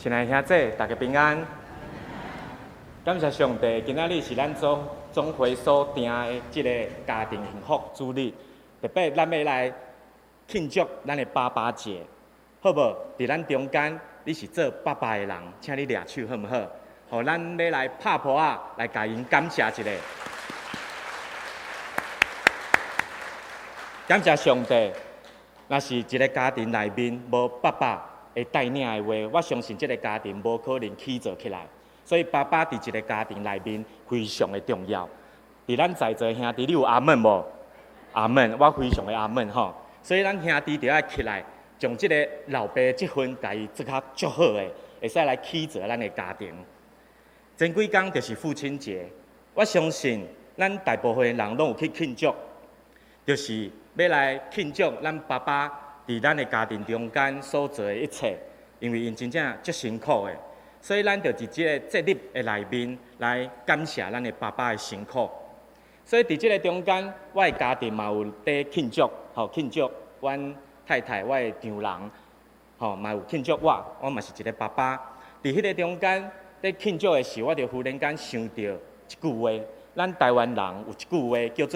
亲爱的兄弟，大家平安。感谢上帝，今仔日是咱总会所定的这个家庭幸福主日，特别咱要来庆祝咱的爸爸节，好无？伫咱中间，你是做爸爸的人，请你抓手好唔好？互咱要来拍破啊，来甲因感谢一下。感谢上帝，若是一个家庭内面无爸爸会带领的话，我相信这个家庭无可能起造起来。所以爸爸伫一个家庭内面非常的重要。伫咱在座兄弟，你有阿门无？阿门，我非常的阿门吼。所以咱兄弟就要起来，将这个老爸这份家己做较足好的，会使来起造咱的家庭。前几天就是父亲节，我相信咱大部分人拢有去庆祝，就是要来庆祝咱爸爸伫咱的家庭中间所做的一切，因为因真正足辛苦的。所以，咱就伫即个节日的内面来感谢咱的爸爸的辛苦。所以，伫即个中间，我的家庭嘛有在庆祝，庆祝阮太太，我的丈人，嘛有庆祝我嘛是一个爸爸。伫迄个中间，在庆祝的时候，我就忽然间想到一句话，咱台湾人有一句话叫做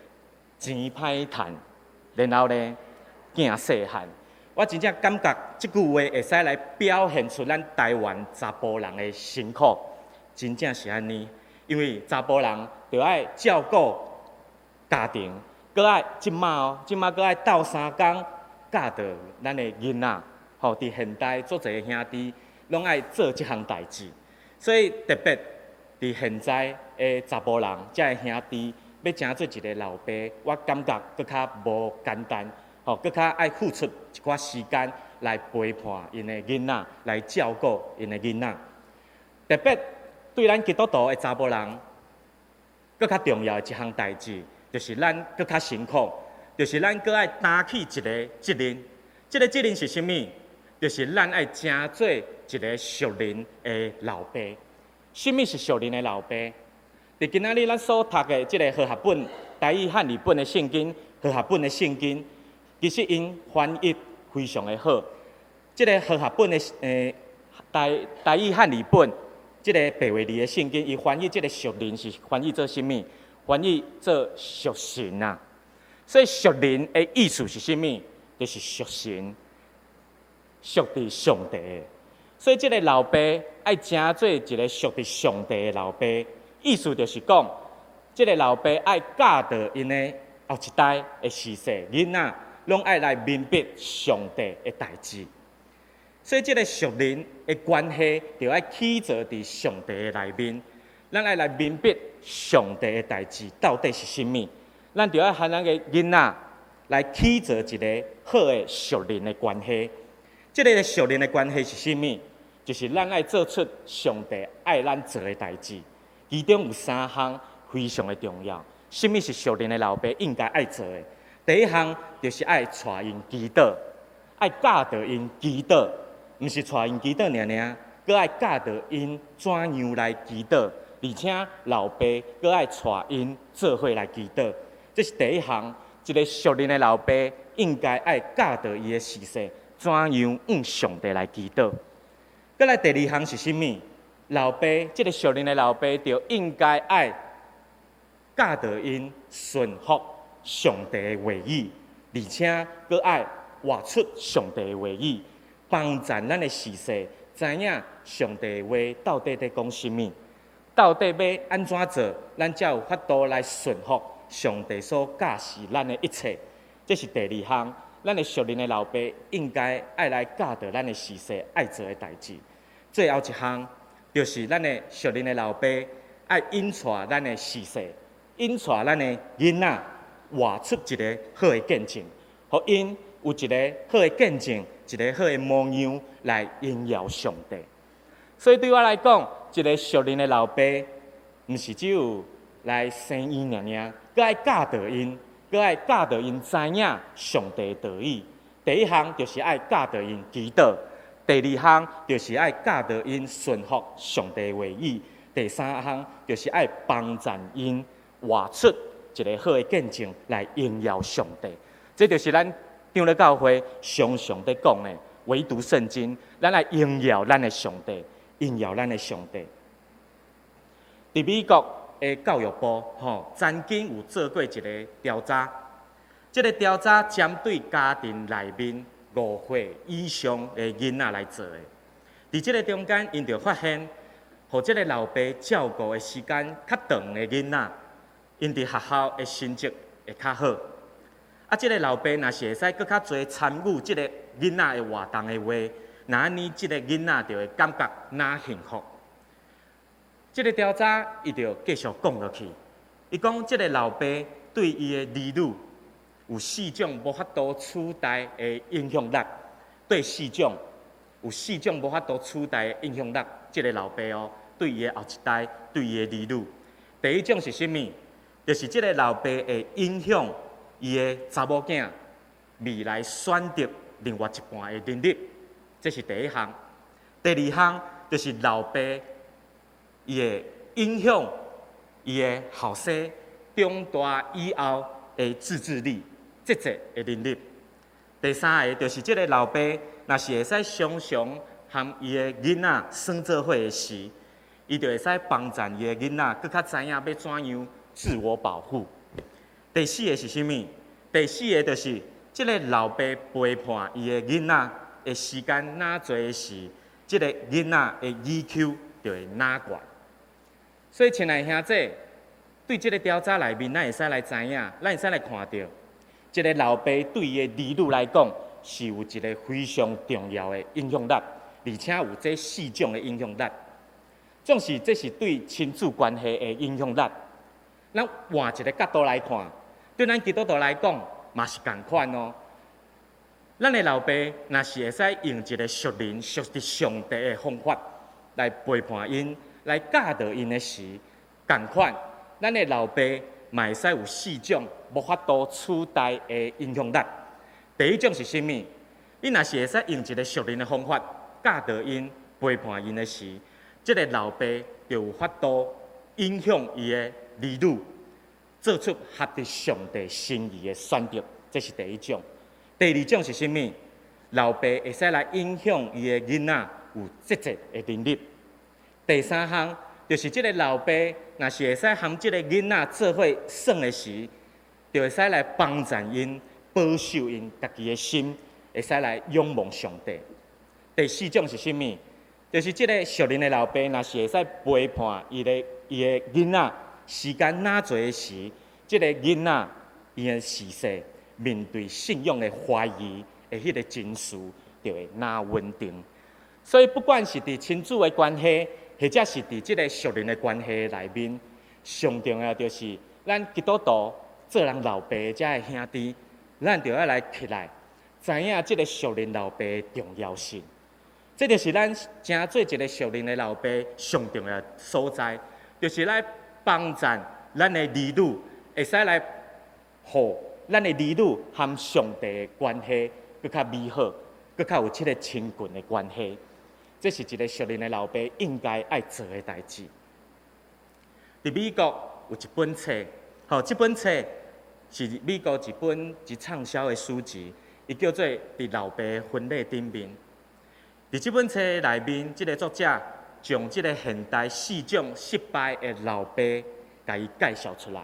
"钱歹趁"，然后呢，囝细汉。我真正感觉这句话会使来表现出咱台湾查甫人的辛苦，真正是安尼。因为查甫人就要照顾家庭，搁爱即马搁爱斗3工教导咱的囡仔。伫现代足侪兄弟拢爱做即项代志，所以特别伫现在的查甫人，才的兄弟要成做一个老爸，我感觉搁较无简单。搁较爱付出一寡时间来陪伴因的囡仔，来照顾因的囡仔。特别对咱基督徒的查甫人，搁较重要的一项代志，就是咱搁较辛苦，就是咱搁爱担起一个责任。这个责任是啥物？就是咱爱成做一个属灵的老爸。什么是属灵的老爸？伫今仔日咱所读的这个和合本台语汉语本的圣经，和合本的圣经。其实因翻译非常的好，这个和合本的台语汉语本，这个白话字的圣经，伊翻译这个属灵是翻译做什么？翻译做属神啊。所以属灵的意思是什么？就是属神，属伫上帝的。所以这个老爸爱成做一个属伫上帝的老爸，意思就是讲，这个老爸爱教导因的后一代的世世囡仔。拢爱来明白上帝的代志，所以这个属灵的关系就要起造伫上帝的内面。咱爱来明白上帝的代志到底是什么，咱就要和咱的囡仔来起造一个好的属灵的关系。这个属灵的关系是什么？就是咱爱做出上帝爱咱做的代志，其中有3项非常的重要。什么是属灵的老爸应该爱做的？第一项就是爱带因祈祷，爱教导因祈祷，毋是带因祈祷尔，搁爱教导因怎样来祈祷，而且老爸搁爱带因做伙来祈祷。这是第一项，一个属灵的老爸应该爱教导伊的世世，怎样向上帝来祈祷。搁来第二项是什么？老爸，这个属灵的老爸就应该爱教导因顺服上帝的话语，而且搁爱活出上帝的话语，帮助咱的世世知影上帝的话到底在讲什么，到底要安怎做，咱才有法度来顺服上帝所教示咱的一切。这是第二项，咱的属灵的老爸应该爱来教导咱的世世爱做的代志。最后一项就是咱的属灵的老爸爱引带咱的世世，引带咱的囡仔。活出一个好的见证，互因有一个好的见证，一个好的模样来荣耀上帝。所以对我来讲，一个属灵的老爸，毋是只有来生伊尔，搁爱教导因，搁爱教导因知影上帝的道义。第一项就是爱教导因祈祷，第二项就是爱教导因顺服上帝的话语，第三项就是爱帮助因活出一个好的见证来荣耀上帝。这就是咱长老教会常常在讲的， 唯独圣经，咱来荣耀咱的上帝，荣耀咱的上帝。伫美国的教育部，曾经有做过一个调查，这个调查针对家庭内面5岁以上的囡仔来做的。伫这个中间，因就发现，互这个老爸照顾的时间较长的囡仔，因伫学校的成绩会较好。啊，这个老爸若是会使搁较侪参与这个囡仔的活动的话，那安尼这个囡仔就会感觉哪幸福。这个调查伊就继续讲落去，伊讲这个老爸对伊的儿女有4种无法度取代的影响力，对4种有4种无法度取代的影响力。这个老爸对伊的后一代，对伊的儿女，第一种是啥物？就是这个老爸会影响伊的查某囝未来选择另外一半的能力，这是第一项。第二项就是老爸伊会影响伊的后生长大以后的自制力、积极的能力。第三个就是这个老爸若是会使常常和伊的囡仔耍做伙的时，伊就会使帮助伊的囡仔，更较知影要怎样自我保护。第四个是啥物？第四个就是这个老爸陪伴伊的囡仔的时间哪多的时，这个囡仔的 EQ 就会哪悬。所以，亲爱兄弟，对这个调查内面，咱会使来知影，咱会使来看到，这个老爸对伊的儿女来讲，是有一个非常重要的影响力，而且有这4种的影响力。总是这是对亲子关系的影响力。咱换一个角度来看，对咱基督徒来讲，嘛是同款哦。咱的老爸若是会使用一个属灵、属于上帝的方法来陪伴因、来教导因的时，同款，咱的老爸嘛会使有4种无法度取代的影响力。第一种是啥物？伊若是会使用一个属灵的方法教导因、陪伴因的时，这个老爸就有法度影响伊的儿女，做出合乎上帝心意的选择，这是第一种。第二种是啥物？老爸会使来影响伊的囡仔有积极的能力。第三项就是这个老爸若是会使和这个囡仔做伙耍的时，就会使来帮助因、保守因家己的心，会使来仰望上帝。第四种是啥物？就是这个属灵的老爸，若是会使陪伴伊的囡仔时间哪多的时，这个囡仔伊的视线面对信仰的怀疑的迄个情绪，就会哪稳定。所以，不管是伫亲子的关系，或者是伫这个属灵的关系内面，上重要就是咱基督徒做人老爸的这个兄弟，咱就要来起来，知影这个属灵老爸的重要性。这就是咱真做一个属灵的老爸上重要的所在，就是来帮助咱的儿女，会使来互咱的儿女和上帝的关系更较美好，更较有这个亲近的关系。这是一个属灵的老爸应该爱做的代志。伫美国有一本册，这本册是美国一本畅销的书籍，伊叫做《伫老爸的婚礼顶面》。伫这本册内面，这个作者将这个现代4种失败的老爸，甲伊介绍出来。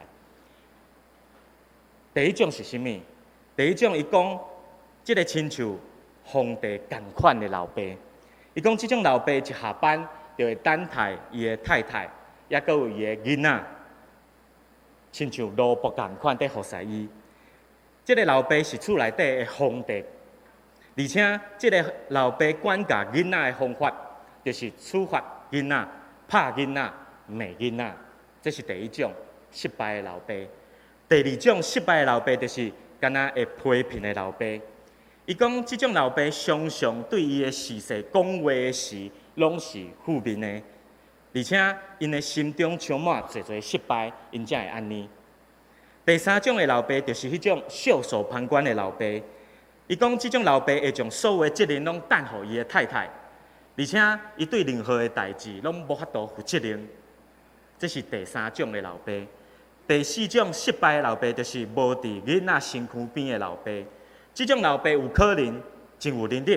第一种是啥物？第一种，伊讲，这个亲像皇帝同款的老爸。伊讲，这种老爸一下班就会等待伊的太太，也阁有伊的囡仔，亲像奴仆同款在服侍伊。这个老爸是厝内底的皇帝，而且这个老爸管教囡仔的方法，就是处罚囡仔、拍囡仔、骂囡仔。这是第一种失败的老爸。第二种失败的老爸，就是敢若会批评的老爸。伊讲，这种老爸常常对伊的事实讲话的时，拢是负面的，而且因的心中充满侪失败，因才会安尼。第三种的老爸，就是迄种袖手旁观的老爸。伊讲，这种老爸会将所有的责任拢担予伊的太太，而且伊对任何的代志拢无法度负责任。这是第三种的老爸。第四种失败的老爸，就是无伫囡仔身躯边的老爸。这种老爸有可能真有能力，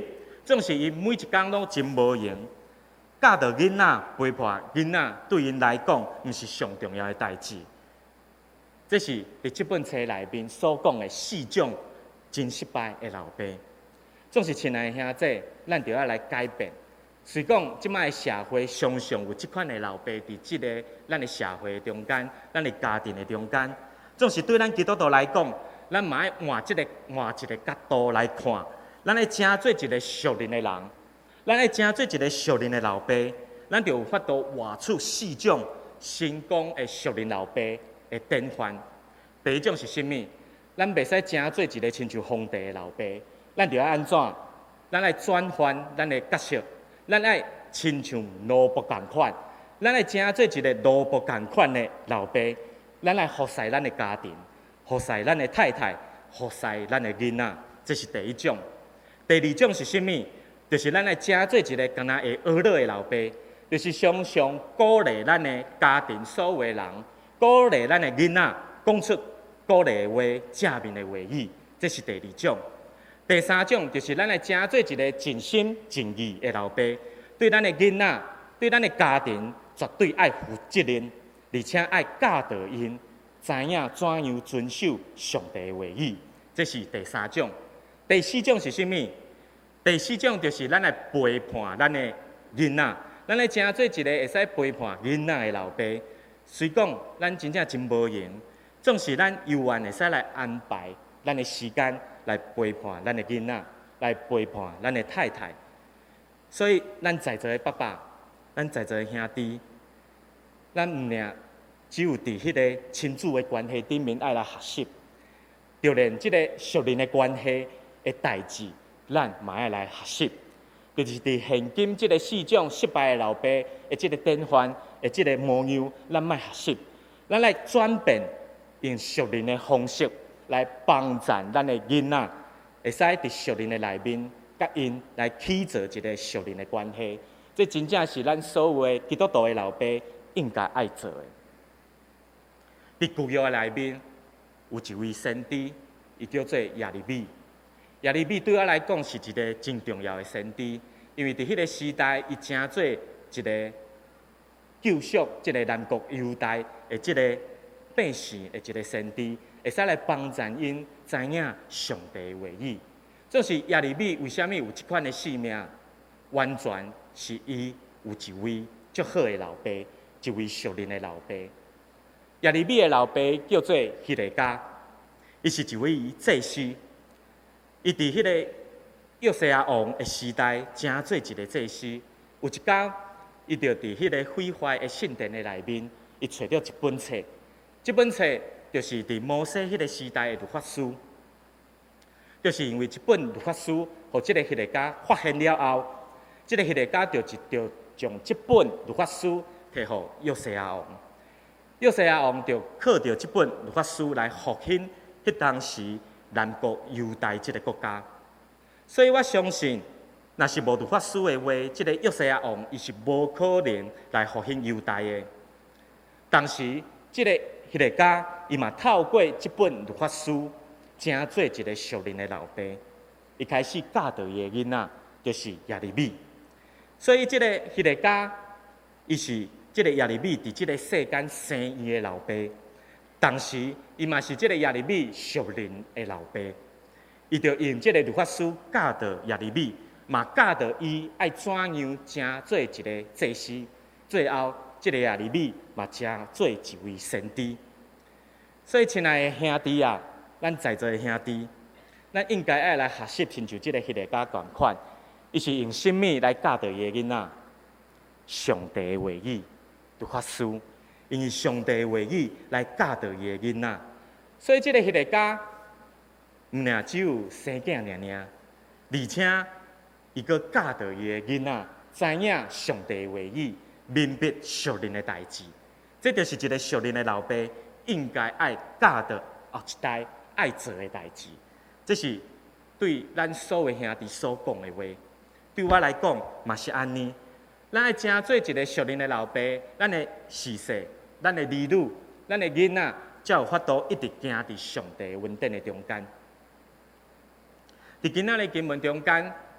总是因每一工拢真无闲，教导囡仔、陪伴囡仔，对因来讲，毋是上重要的代志。这是伫这本册内面所讲的4种真失败的老爸。总是亲爱的兄弟，咱就要来改变。虽讲即摆社会常常有即款的老爸伫即个咱的社会中间，咱的家庭的中间，总是对咱基督徒来讲，咱嘛要换一个角度来看，咱要正做一个属灵的人，咱要正做一个属灵的老爸，咱就有法度活出4种成功的属灵老爸的典范。第一种是啥物？咱袂使正做一个亲像皇帝的老爸，咱就要安怎？咱要转换咱的角色。咱爱亲像萝卜共款，咱爱正做一个萝卜共款的老爸，咱爱服侍咱的家庭，服侍咱的太太，服侍咱的囡仔，这是第一种。第二种是啥物？就是咱爱正做一个敢若会学乐的老爸，就是常常鼓励咱的家庭所有的人，鼓励咱的囡仔讲出鼓励的话、正面的话语，这是第二种。第三种就是咱来正做一个尽心尽意的老爸，对咱的囡仔、对咱的家庭，绝对爱负责任，而且爱教导因知影怎样遵守上帝的话语，这是第三种。第四种是啥物？第四种就是咱来陪伴咱的囡仔，咱来正做一个会使陪伴囡仔的老爸。虽讲咱真正真无闲，总是咱犹原会使来安排咱的时间。来陪伴咱的囡仔，来陪伴咱的太太。所以，咱在座的爸爸，咱在座的兄弟，咱毋仅只有伫迄个亲子的关系顶面爱来学习，就连即个属灵的关系的代志，咱嘛爱来学习。就是伫现今即个4种失败的老爸的即个典范的即个模样，咱莫学习，咱来转变用属灵的方式。来帮助咱的囡仔，会使伫属灵的内面，甲因来起造一个属灵的关系。这真正是咱所有的基督徒的老爸应该爱做的。伫旧约的内面，有一位先知，伊叫做耶利米。耶利米对我来讲是一个真重要的先知，因为伫迄个时代，伊正做一个救赎即个南国犹大的即个百姓的一个先知。会使来帮助因知影上帝的话语。这是耶利米为虾米有这款的使命？完全是伊有一位足好的老爸，一位属灵的老爸。耶利米的老爸叫做希勒家，伊是一位祭司。伊伫迄个约西亚王的时代，正做一个祭司。有一天，伊就伫迄个毁坏的圣殿的内面，伊找到一本册。这本册就是伫摩西迄个时代的律法书，就是因为这本律法书，互即个希勒家发现了后，即个希勒家就将这本律法书摕互约西亚王。约西亚王就靠着这本律法书来复兴迄当时南国犹大即个国家。所以我相信，若是无律法书的话，即个约西亚王伊是无可能来复兴犹大的。当时即个希勒家伊嘛透过这本律法书，正做一个属灵的老爸。一开始教导伊的囡仔，就是耶利米。所以这个希勒家，伊是这个耶利米伫这个世间生伊的老爸。同时，伊嘛是这个耶利米属灵的老爸。伊就用这个律法书教导耶利米，嘛教导伊爱怎样正做一个祭司。最后，这个耶利米嘛正做一位先知。所以，亲爱的兄弟啊，咱在座的兄弟，咱应该爱来学习，亲像这个希勒家同款，伊是用什么来教导伊的囡仔？上帝的话语，律法书，用上帝的话语来教导伊的囡仔。所以，这个希勒家毋仅只有生囝尔，而且伊阁教导伊的囡仔知影上帝的话语，明白属灵的代志。这就是一个属灵的老爸应该爱教导后一代爱做的代志。这是对咱所有兄弟所讲的话，对我来讲嘛是安尼。咱爱正做一个属灵的老爸，咱的事世、咱的儿女、咱的囡仔，才有法度一直行伫上帝的恩典的中间。伫今仔日经文中间，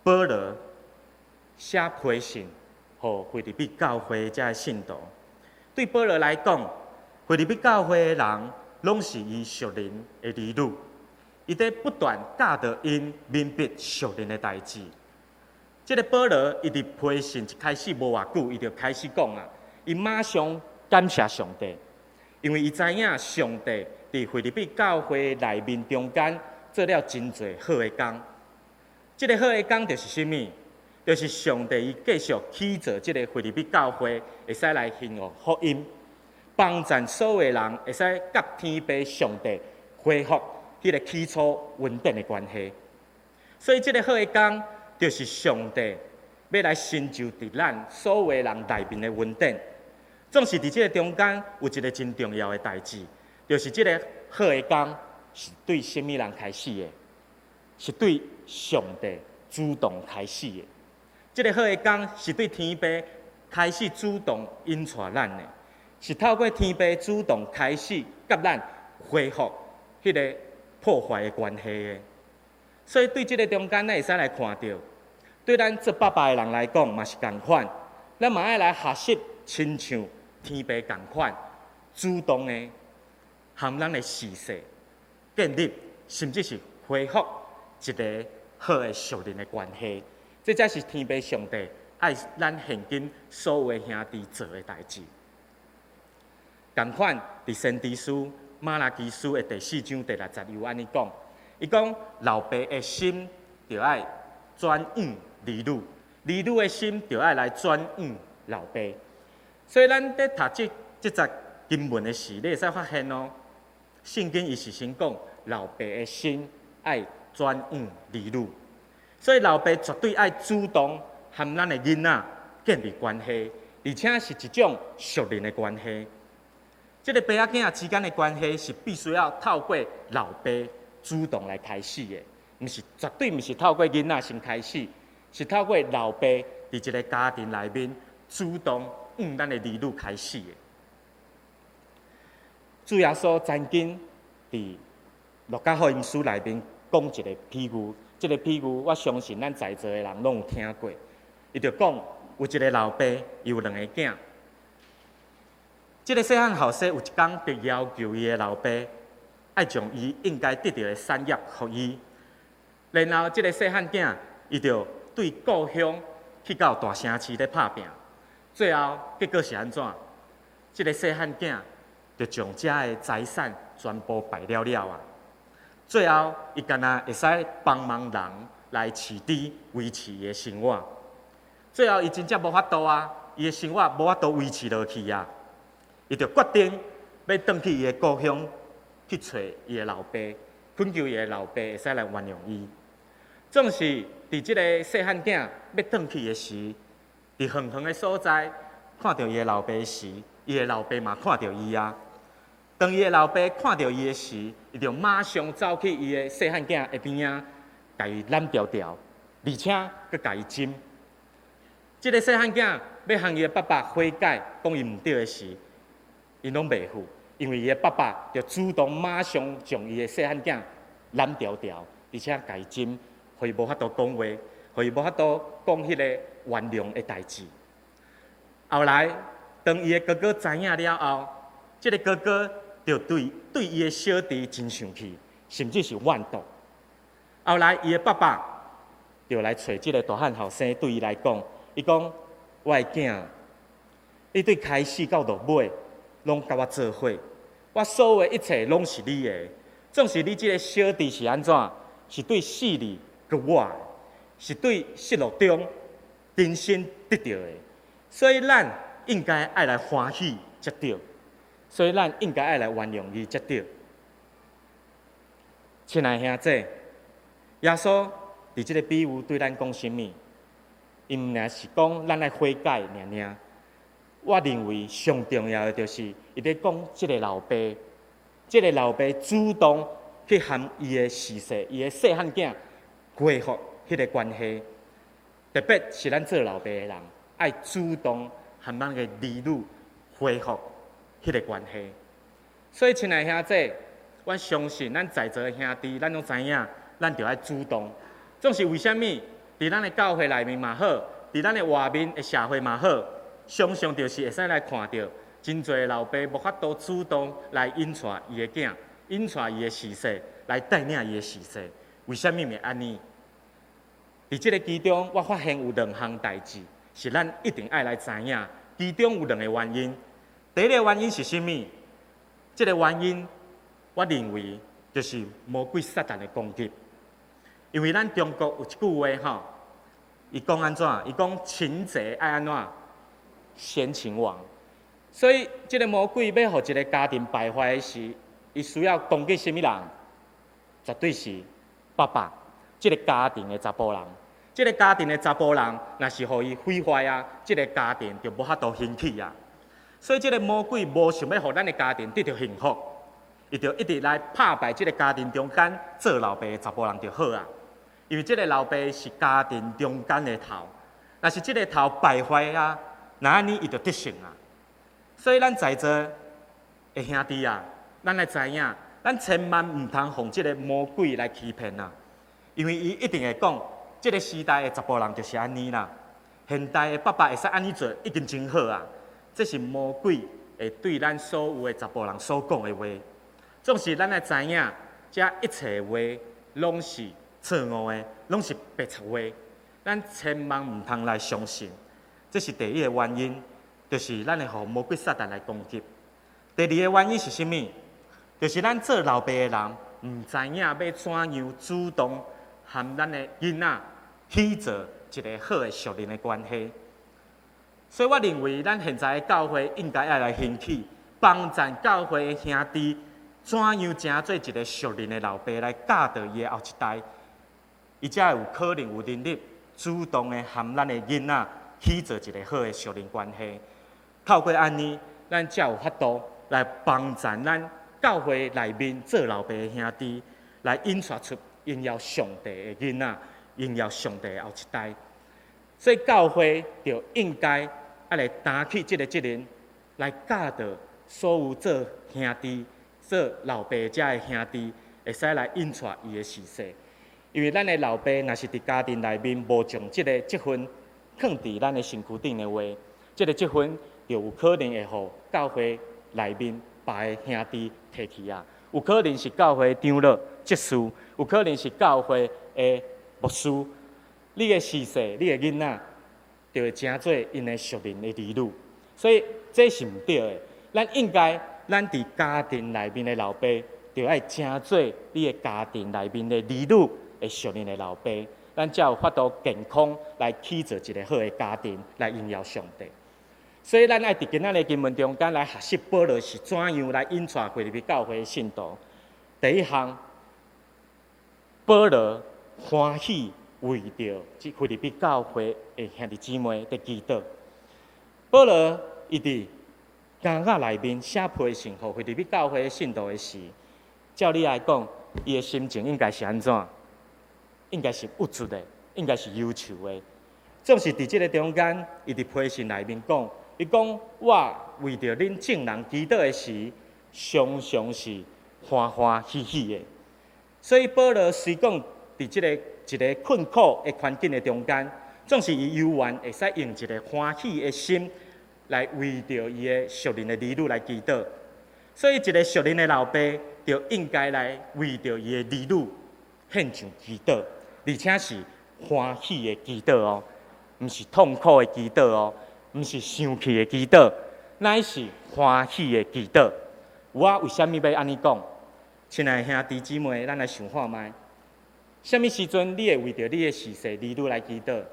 保罗写批信，互腓立比教会遮个信徒。对保罗来讲，腓立比教会的人拢是伊属灵的儿女，伊在不断教导因明白属灵的代志。这个保罗伊伫批信一开始无偌久，伊就开始讲啊，伊马上感谢上帝，因为伊知影上帝伫腓立比教会内面中间做了真侪好的工。这个好的工就是什么？就是上帝伊继续起造这个腓立比教会，会使来兴旺福音，帮助所有的人会使甲天父上帝恢复迄个起初稳定的关系。所以，这个好的工就是上帝要来成就伫咱所有的人内面的稳定。总是伫这个中间有一个真重要的代志，就是这个好的工是对什么人开始的？是对上帝主动开始的。这个好的工是对天父开始主动引带咱的，是透过天父主动开始甲咱恢复迄个破坏的关系的。所以对这个中间，咱会使来看到，对咱做爸爸的人来讲嘛是同款，咱嘛爱来学习，亲像天父同款，主动的含咱的视势建立，甚至是恢复一个好的属灵的关系。这才是天父上帝爱咱现今所有的兄弟做的代志。同款，伫先知书马拉基书的第4章第60有安尼讲，伊讲老爸的心就爱转向儿女，儿女的心就爱来转向老爸。所以咱在读这节经文的时，你会使发现哦，圣经伊是先讲老爸的心爱转向儿女。所以老爸绝对爱主动和咱的囡仔建立关系，而且是一种属灵的关系。这个爸仔囝之间的关系是必须要透过老爸主动来开始的，绝对不是透过囡仔先开始，是透过老爸伫一个家庭内面主动向咱的儿女开始的。主耶稣曾经伫路加福音书内面讲一个比喻。这个比喻，我相信咱在座的人拢有听过。伊就讲有一个老爸，伊有2个囝。这个细汉后生有一天就要求伊的老爸，爱将伊应该得到的产业给伊。然后，这个细汉囝，伊就对故乡去到大城市咧打拼。最后结果是安怎？这个细汉囝就将遮的财产全部败了啊！最后，伊干那会使帮忙人来饲猪，维持伊的生活。最后，伊真正无法度啊，伊的生活无法度维持落去啊。伊就决定要转去伊的故乡，去找伊的老爸，恳求伊的老爸会使来原谅伊。总是伫即个细汉囝要转去的时，伫远远的所在看到伊的老爸时，伊的老爸嘛看到伊啊。当伊的老爸看到伊的时，伊就马上走去伊的细汉囝的边仔，甲伊揽条条，而且佮甲伊针。这个细汉囝要向伊的爸爸悔改，讲伊毋对的时，伊拢袂赴，因为伊的爸爸就主动马上将伊的细汉囝揽条条，而且甲伊针，互伊无法度讲话，互伊无法度讲迄个原谅的代志。后来，当伊的哥哥知影了后，这个哥哥就对伊的小弟真生气，甚至是怨毒。后来，伊的爸爸就来找这个大汉后生，对伊来讲，伊讲：“我的囝，你对开始到落尾，拢甲我做伙，我所有的一切拢是你的。总是你这个小弟是安怎？是对死里佮我的，是对失落中真心得到的。所以，咱应该爱来欢喜才对。”所以，咱应该爱来原谅伊才对。亲爱兄弟，耶稣伫这个比喻对咱讲什么？伊毋仅是讲咱爱悔改尔。我认为上重要的就是，伊咧讲这个老爸，这个老爸主动去和伊的视势、伊的细汉囝恢复迄个关系。特别是咱做老爸的人，爱主动和咱的儿女恢复迄个关系。所以，亲爱兄弟，我相信咱在座的兄弟，咱拢知影，咱就要主动。总是为什么？ 伫咱的教会内面嘛好，伫咱的外面的社会嘛好，常常就是会使来看到真侪老爸无法度主动来引带伊的囝，引带伊的时势，来带领伊的时势。为什么会安尼？伫即个其中，我发现有2项代志是咱一定爱来知影。其中有2个原因。第一个原因是甚物？即个原因，我认为就是魔鬼撒旦的攻击。因为咱中国有一句话吼，伊讲安怎？伊讲擒贼爱安怎？先擒王。所以，即个魔鬼要互一个家庭败坏的时，伊需要攻击甚物人？绝对是爸爸，即个家庭的查甫人。即个家庭的查甫人，若是互伊毁坏啊，即个家庭就无法度兴起啊。所以，即个魔鬼无想要互咱的家庭得到幸福，伊就一直来拍败即个家庭中间做老爸的查甫人就好啊。因为即个老爸是家庭中间的头，若是即个头败坏啊，那安尼伊就得胜啊。所以，咱在座的兄弟啊，咱来知影，咱千万毋通互即个魔鬼来欺骗啊。因为伊一定会讲。这个时代的查甫人就是安尼啦，现代的爸爸会使安尼做，已经真好啊。这是魔鬼会对咱所有的查甫人所讲的话。总是咱来知影，这一切话拢是错误的，拢是白贼话。咱千万毋通来相信。这是第一个原因，就是咱会互魔鬼撒旦来攻击。第二个原因是甚物？就是咱做老爸的人，毋知影要怎样主动。和咱的囡仔起做一个好的属灵的关系，所以我认为咱现在的教会应该要来兴起，帮助教会的兄弟怎样成做一个属灵的老爸来教导伊的后一代，伊才有可能有能力主动的和咱的囡仔起做一个好的属灵关系。透过安尼，咱才有法度来帮助咱教会内面做老爸的兄弟来引出出。荣耀上帝的囡仔，荣耀上帝的后一代，所以教会就应该来担起这个责任，来教导所有做兄弟、做老爸者的兄弟，会使来引出伊的时势。因为咱的老爸若是伫家庭内面无将这个积分放伫咱的身躯顶的话，这个积分就有可能会互教会内面别的兄弟摕去啊。有可能是教会长老、执事，有可能是教会的牧师。你的时势，你的囡仔，就会成做因的属灵的儿女。所以这是毋对的。咱应该，咱伫家庭内面的老爸，就要成做你的家庭内面的儿女的属灵的老爸，咱才有法度健康来起造一个好的家庭，来荣耀上帝。所以，咱爱伫今仔日经文中间来学习保罗是怎样来引带回入去教会的信徒。第一项，保罗欢喜为着即回入去教会的兄弟姊妹的祈祷。保罗伊伫监狱内面写批信互回入去教会的信徒的时，照理来讲，伊的心情应该是安怎？应该是郁卒的，应该是忧愁的。总是伫即个中间，伊伫批信内面讲。伊讲：我为着恁众人祈祷的时，常常是欢欢喜喜的。所以保罗虽讲伫即个一个困苦的环境的中间，总是伊犹原会使用一个欢喜的心来为着伊的属灵的儿女来祈祷。所以一个属灵的老爸就应该来为着伊的儿女献上祈祷，而且是欢喜的祈祷哦，毋是痛苦的祈祷哦。毋是生气的祈祷，乃是欢喜的祈祷。我为什么要安尼讲？亲爱的兄弟姊妹，咱来想看卖，什么时阵你会为着你的时势儿女来祈祷？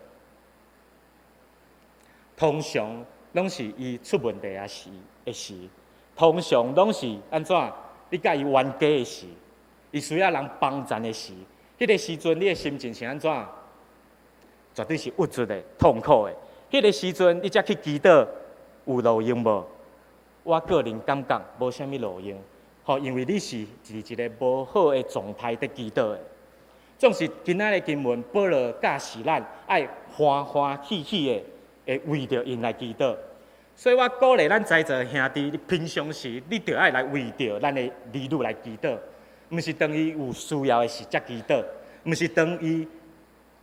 通常拢是伊出问题的时，通常拢是安怎？你甲伊冤家的时，伊需要人帮助的时，迄个时阵你的心情是安怎？绝对是郁卒的、痛苦的。迄个时阵，你才去祈祷，有路用无？我个人感觉无啥物路用，因为你是伫一个无好的状态在祈祷的。总是今仔日经文，保罗教示咱爱欢欢喜喜的，会为着因来祈祷。所以我鼓励咱在座的兄弟，平常时你着爱来为着咱的儿女来祈祷，毋是当伊有需要的时才祈祷，毋是当伊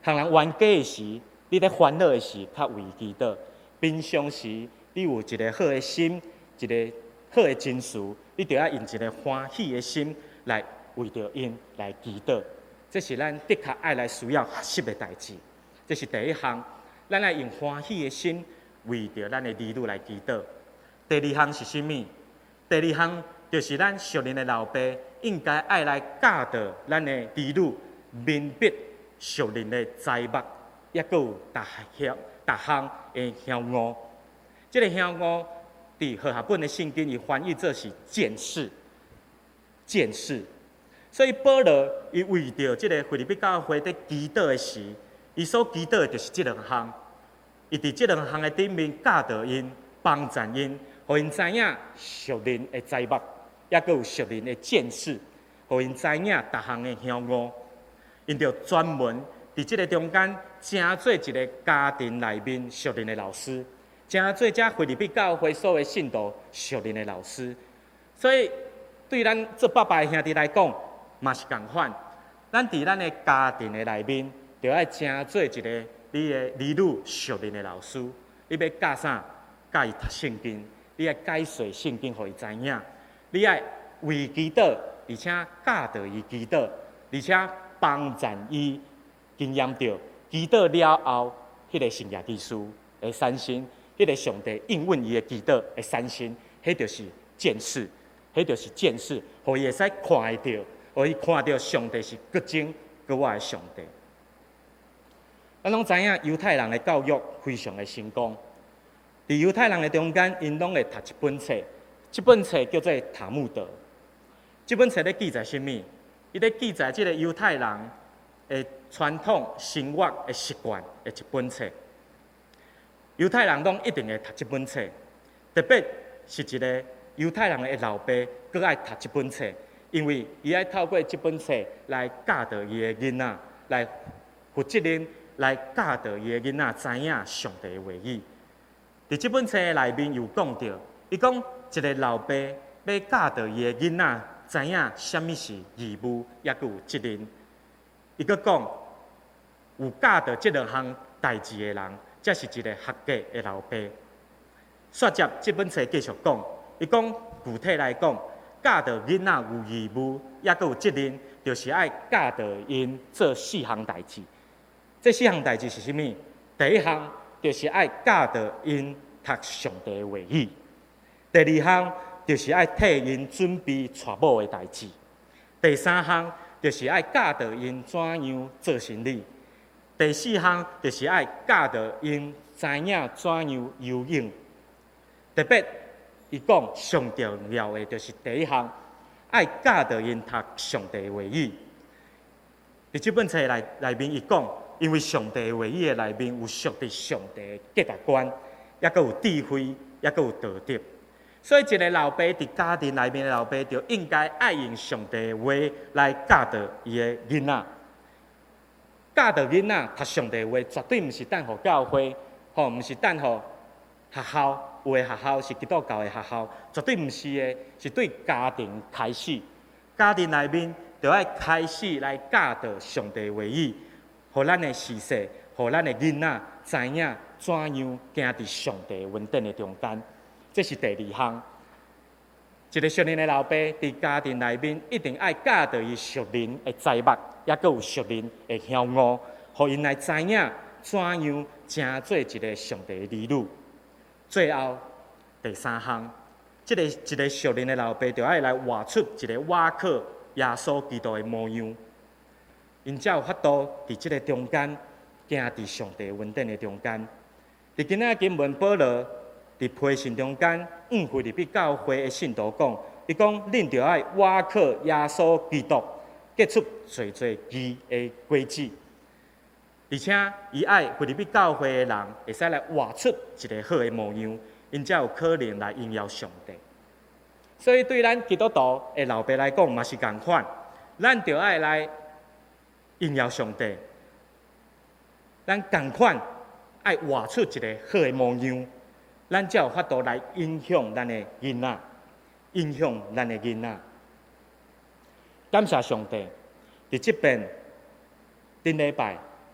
通人冤家的时，你咧烦恼的时，较为祈祷；平常时，你有一个好的心，一个好的情绪，你就要用一个欢喜的心来为着因来祈祷。这是咱的确爱来需要学习的代志。这是第一项，咱爱用欢喜的心为着咱的儿女来祈祷。第二项是甚物？第二项就是咱属灵的老爸应该爱来教导咱的儿女明白属灵的财物，也佫有逐项的乡悟。这个乡悟伫和合本的圣经伊翻译做是见识，见识。所以保罗伊为着这个腓立比教会在祈祷的时，伊所祈祷的就是这两项。伊伫这两项的顶面教导因、帮助因，互因知影属灵的财物，也佫有属灵的见识，互因知影逐项的乡悟。因着专门伫这个中间，正做一个家庭内面属灵的老师，正做遮腓立比教会所有信徒属灵的老师。所以对咱做爸爸的兄弟来讲，嘛是共款，咱伫咱的家庭的内面，就要正做一个你的儿女属灵的老师。你要教啥？教伊读圣经，你要解说圣经，互伊知影。你要为祈祷，而且教导伊祈祷，而且帮助伊经验到祈祷了后，迄个圣业技术会产生，迄个上帝应允伊的祈祷会产生，迄就是见识，迄就是见识，互伊会使看会到。互伊看到上帝是各种各我的上帝。咱拢知影犹太人的教育非常的成功。伫犹太人的中间，因拢会读一本册，这本册叫做《塔木德》。这本册咧记载什么？伊咧记载这个犹太人的传统生活的习惯的一本册。犹太人拢一定会读这本册，特别是一个犹太人的老爸，佮爱读这本册。因为伊爱透过这本册来教导伊的囡仔，来负责任，来教导伊的囡仔知影上帝的话语。伫这本册内面有讲到，伊讲一个老爸要教导伊的囡仔知影什么是义务，也佫有责任。伊佫讲，有教导这两项代志的人，才是一个合格的老爸。续接这本册继续讲，伊讲具体来讲。教导囡仔有义务，也佫有责任，就是爱教导因做四项代志。这四项代志是甚物？第一项就是爱教导因读上帝的话语；第二项就是爱替因准备娶某的代志；第三项就是爱教导因怎样做生理；第四项就是爱教导因知影怎样游泳。特别伊讲上重要的就是第一项，爱教导因读上帝的话语。伫这本册内面，伊讲，因为上帝的话语的内面有属伫上帝的价值观，也佫有智慧，也佫有道德。所以，一个老爸伫家庭内面的老爸，就应该爱用上帝的话来教导伊的囡仔。教导囡仔读上帝的话，绝对毋是等互教会，毋是等互学校。有的学校是基督教的学校，绝对毋是的，是对家庭开始。家庭内面就要开始来教导上帝的话语，互咱的世世，互咱的囡仔知影怎样行伫上帝恩典的中间。这是第二项。一个属灵的老爸伫家庭内面一定爱教导伊属灵的财物，也佫有属灵的乡悟，互因来知影怎样成做一个上帝的儿女。最后第三项，一个属灵的老爸就要来画出一个瓦刻耶稣基督的模样，因才有法度伫这个中间行伫上帝恩典的中间。伫今仔经文保罗伫批信中间，腓立比教会的信徒讲，伊讲恁就要瓦刻耶稣基督，结出侪侪义的果子。而且，伊爱腓立比教会的人会使来画出一个好的模样，因才有可能来荣耀上帝。所以，对咱基督徒的老爸来讲，嘛是共款，咱就爱来荣耀上帝。咱共款爱画出一个好的模样，咱才有法度来影响咱的囡仔，影响咱的囡仔。感谢上帝，伫即边顶礼拜。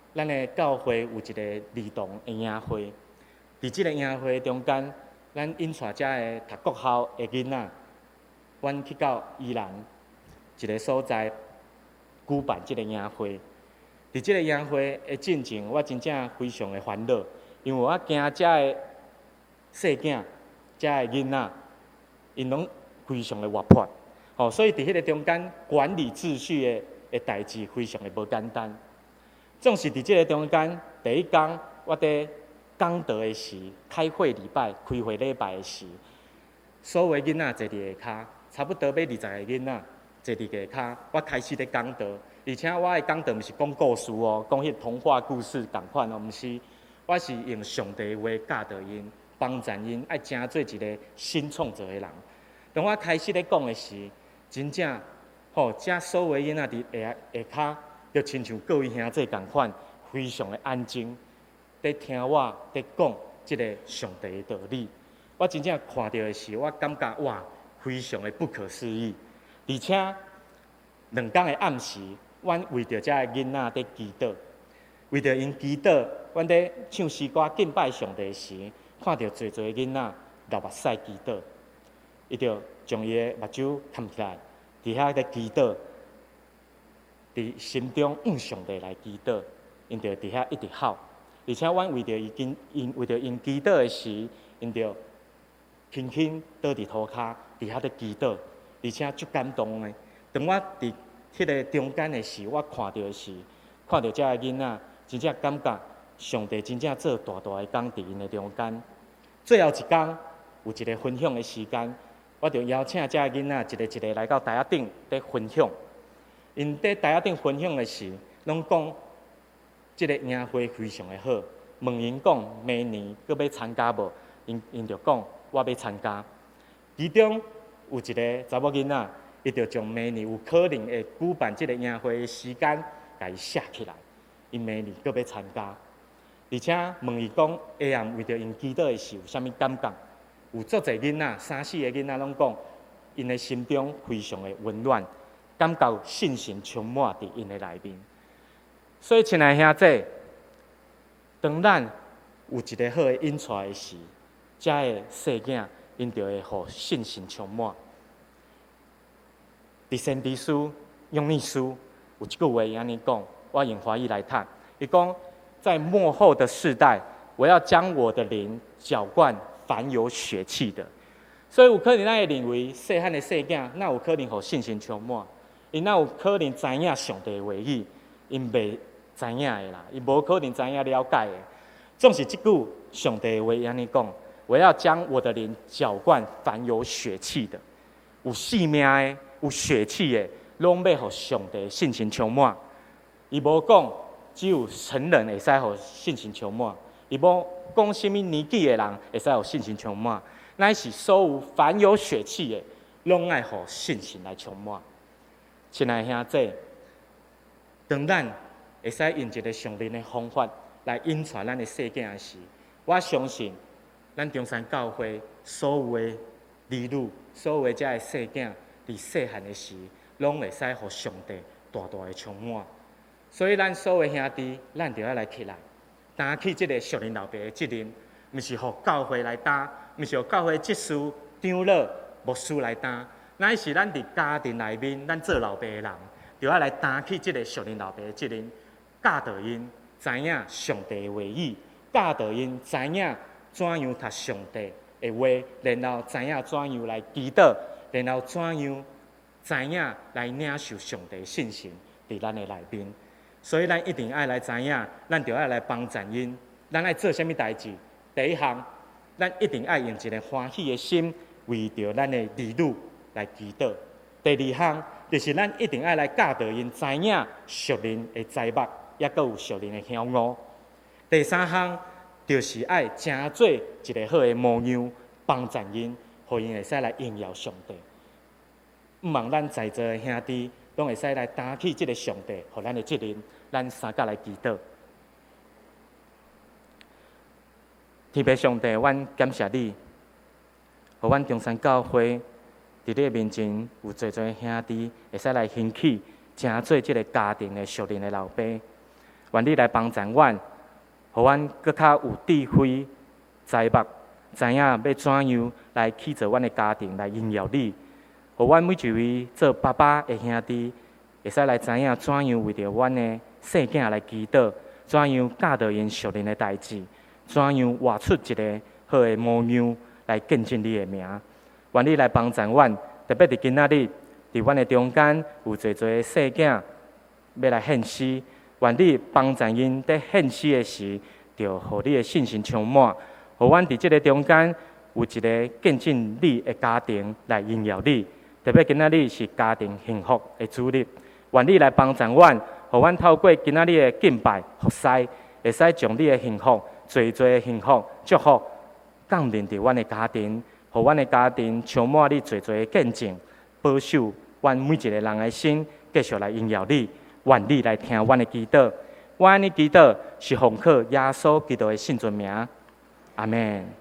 咱的教会有一个儿童的营会，伫即个营会中间，咱引带遮的读国校的囡仔，阮去到宜兰一个所在举办即个营会。伫即个营会的进程，我真正非常的烦恼，因为我惊遮的细囝、遮的囡仔，因拢非常的活泼，所以伫迄个中间管理秩序的代志非常的无简单。总是伫即个中间，第一天我伫讲道的时，开会礼拜、开会礼拜的时，所有的囡仔坐伫下骹，差不多要20个囡仔坐伫下骹，我开始咧讲道。而且我的讲道毋是讲故事哦，讲迄童话故事同款哦，毋是，我是用上帝的话教导因，帮助因爱成做一个新创造的人。当我开始咧讲的时，真正遮所有的囡仔伫下骹，就亲像各位兄弟同款，非常的安静，在听我在讲即个上帝的道理。我真正看到的时，我感觉哇，非常的不可思议。而且2天的暗时，阮为着遮个囡仔在祈祷，为着因祈祷，阮在唱诗歌敬拜上帝时，看到侪侪囡仔流目屎祈祷，伊就将伊的目睭含起来，伫遐在祈祷，伫心中向上帝来祈祷，因就伫遐一直哭。而且阮为着因祈祷的时，因就轻轻倒伫涂骹，伫遐在祈祷，而且足感动的。当我伫迄个中间的时，我看到的时，看到遮个囡仔，真正感觉上帝真正做大大的工伫因的中间。最后一天有一个分享的时间，我就邀请遮个囡仔一个来到台仔顶咧分享。因在台仔顶分享的时，拢讲即个营会非常的好，问因讲明年佫要参加无？因就讲我要参加。其中有一个查某囡仔。伊就将明年有可能会举办即个营会的时间，甲伊写起来。因明年阁要参加，而且问伊讲下暗为着因祈祷的时有啥物感觉？有足侪囡仔，3、4个囡仔拢讲，因的心中非常的温暖，感觉信心充满伫因的内面。所以，亲爱兄弟，当咱有一个好的引带的时，遮个细囝因就会互信心充满。伫先知书、用秘书有一句话安尼讲，我用华语来读。伊讲，在末后的世代，我要将我的灵浇灌凡有血气的。所以有可能咱会认为细汉的细囝，哪有可能互信心充满？因哪有可能知影上帝的话语？因袂知影的啦，伊无可能知影了解的。总是即句上帝的话安尼讲，我要将我的灵浇灌凡有血气的，有性命的。有血气的，拢要互上帝信心充满。伊无讲只有成人会使互信心充满，伊无讲什么年纪的人会使互信心充满，乃是所有凡有血气的，拢爱互信心来充满。亲爱兄弟，当咱会使用一个上灵的方法来引带咱的细囝时，我相信咱中山教会所有的儿女，所有的遮个细囝。伫细汉的时，拢会使互上帝大大的充满。所以，咱所有兄弟，咱就要来起来，担起即个属灵老爸的责任，毋是互教会来担，毋是互教会执事、长老、牧师来担，乃是咱伫家庭内面，咱做老爸的人，就要来担起即个属灵老爸的责任，教导因知影上帝的话语，教导因知影怎样读上帝的话，然后知影怎样来祈祷。然后怎样知影来领受上帝的信心伫咱的内面？所以咱一定爱来知影，咱就要来帮助因。咱爱做啥物代志？第一项，咱一定爱用一个欢喜的心，为着咱的儿女来祈祷。第二项，就是咱一定爱来教导因知影属灵的财目，也阁有属灵的享乐。第三项，就是爱成做一个好的模样，帮助因。互因会使来荣耀上帝，毋望咱在座的兄弟拢会使来担起即个上帝互咱的责任，咱三甲来祈祷。天父上帝，阮感谢你，互阮中山教会伫你面前有侪兄弟会使来兴起，成做即个家庭的属灵的老爸。 愿你来帮助阮，互阮搁较有智慧、才目，知影要怎样来起造阮的家庭来荣耀你。互阮每一位做爸爸的兄弟，会使来知影怎样为着阮的细囝来祈祷，怎样教导因属灵的代志，怎样活出一个好的模样来见证你的名。愿你来帮助阮，特别伫今仔日，伫阮的中间有侪侪的细囝要来献诗，愿你帮助因在献诗的时，就互你的信心充满，互阮伫即个中间有一个见证你的家庭来荣耀你。特别今仔日是家庭幸福的主日，愿你来帮助阮，互阮透过今仔日的敬拜服侍，会使将你的幸福、最最的幸福、祝福降临伫阮的家庭，互阮的家庭充满你最最的见证，保守阮每一个人的心，继续来荣耀你。愿你来听阮的祈祷，我安尼祈祷是奉靠耶稣基督的圣尊名，阿门。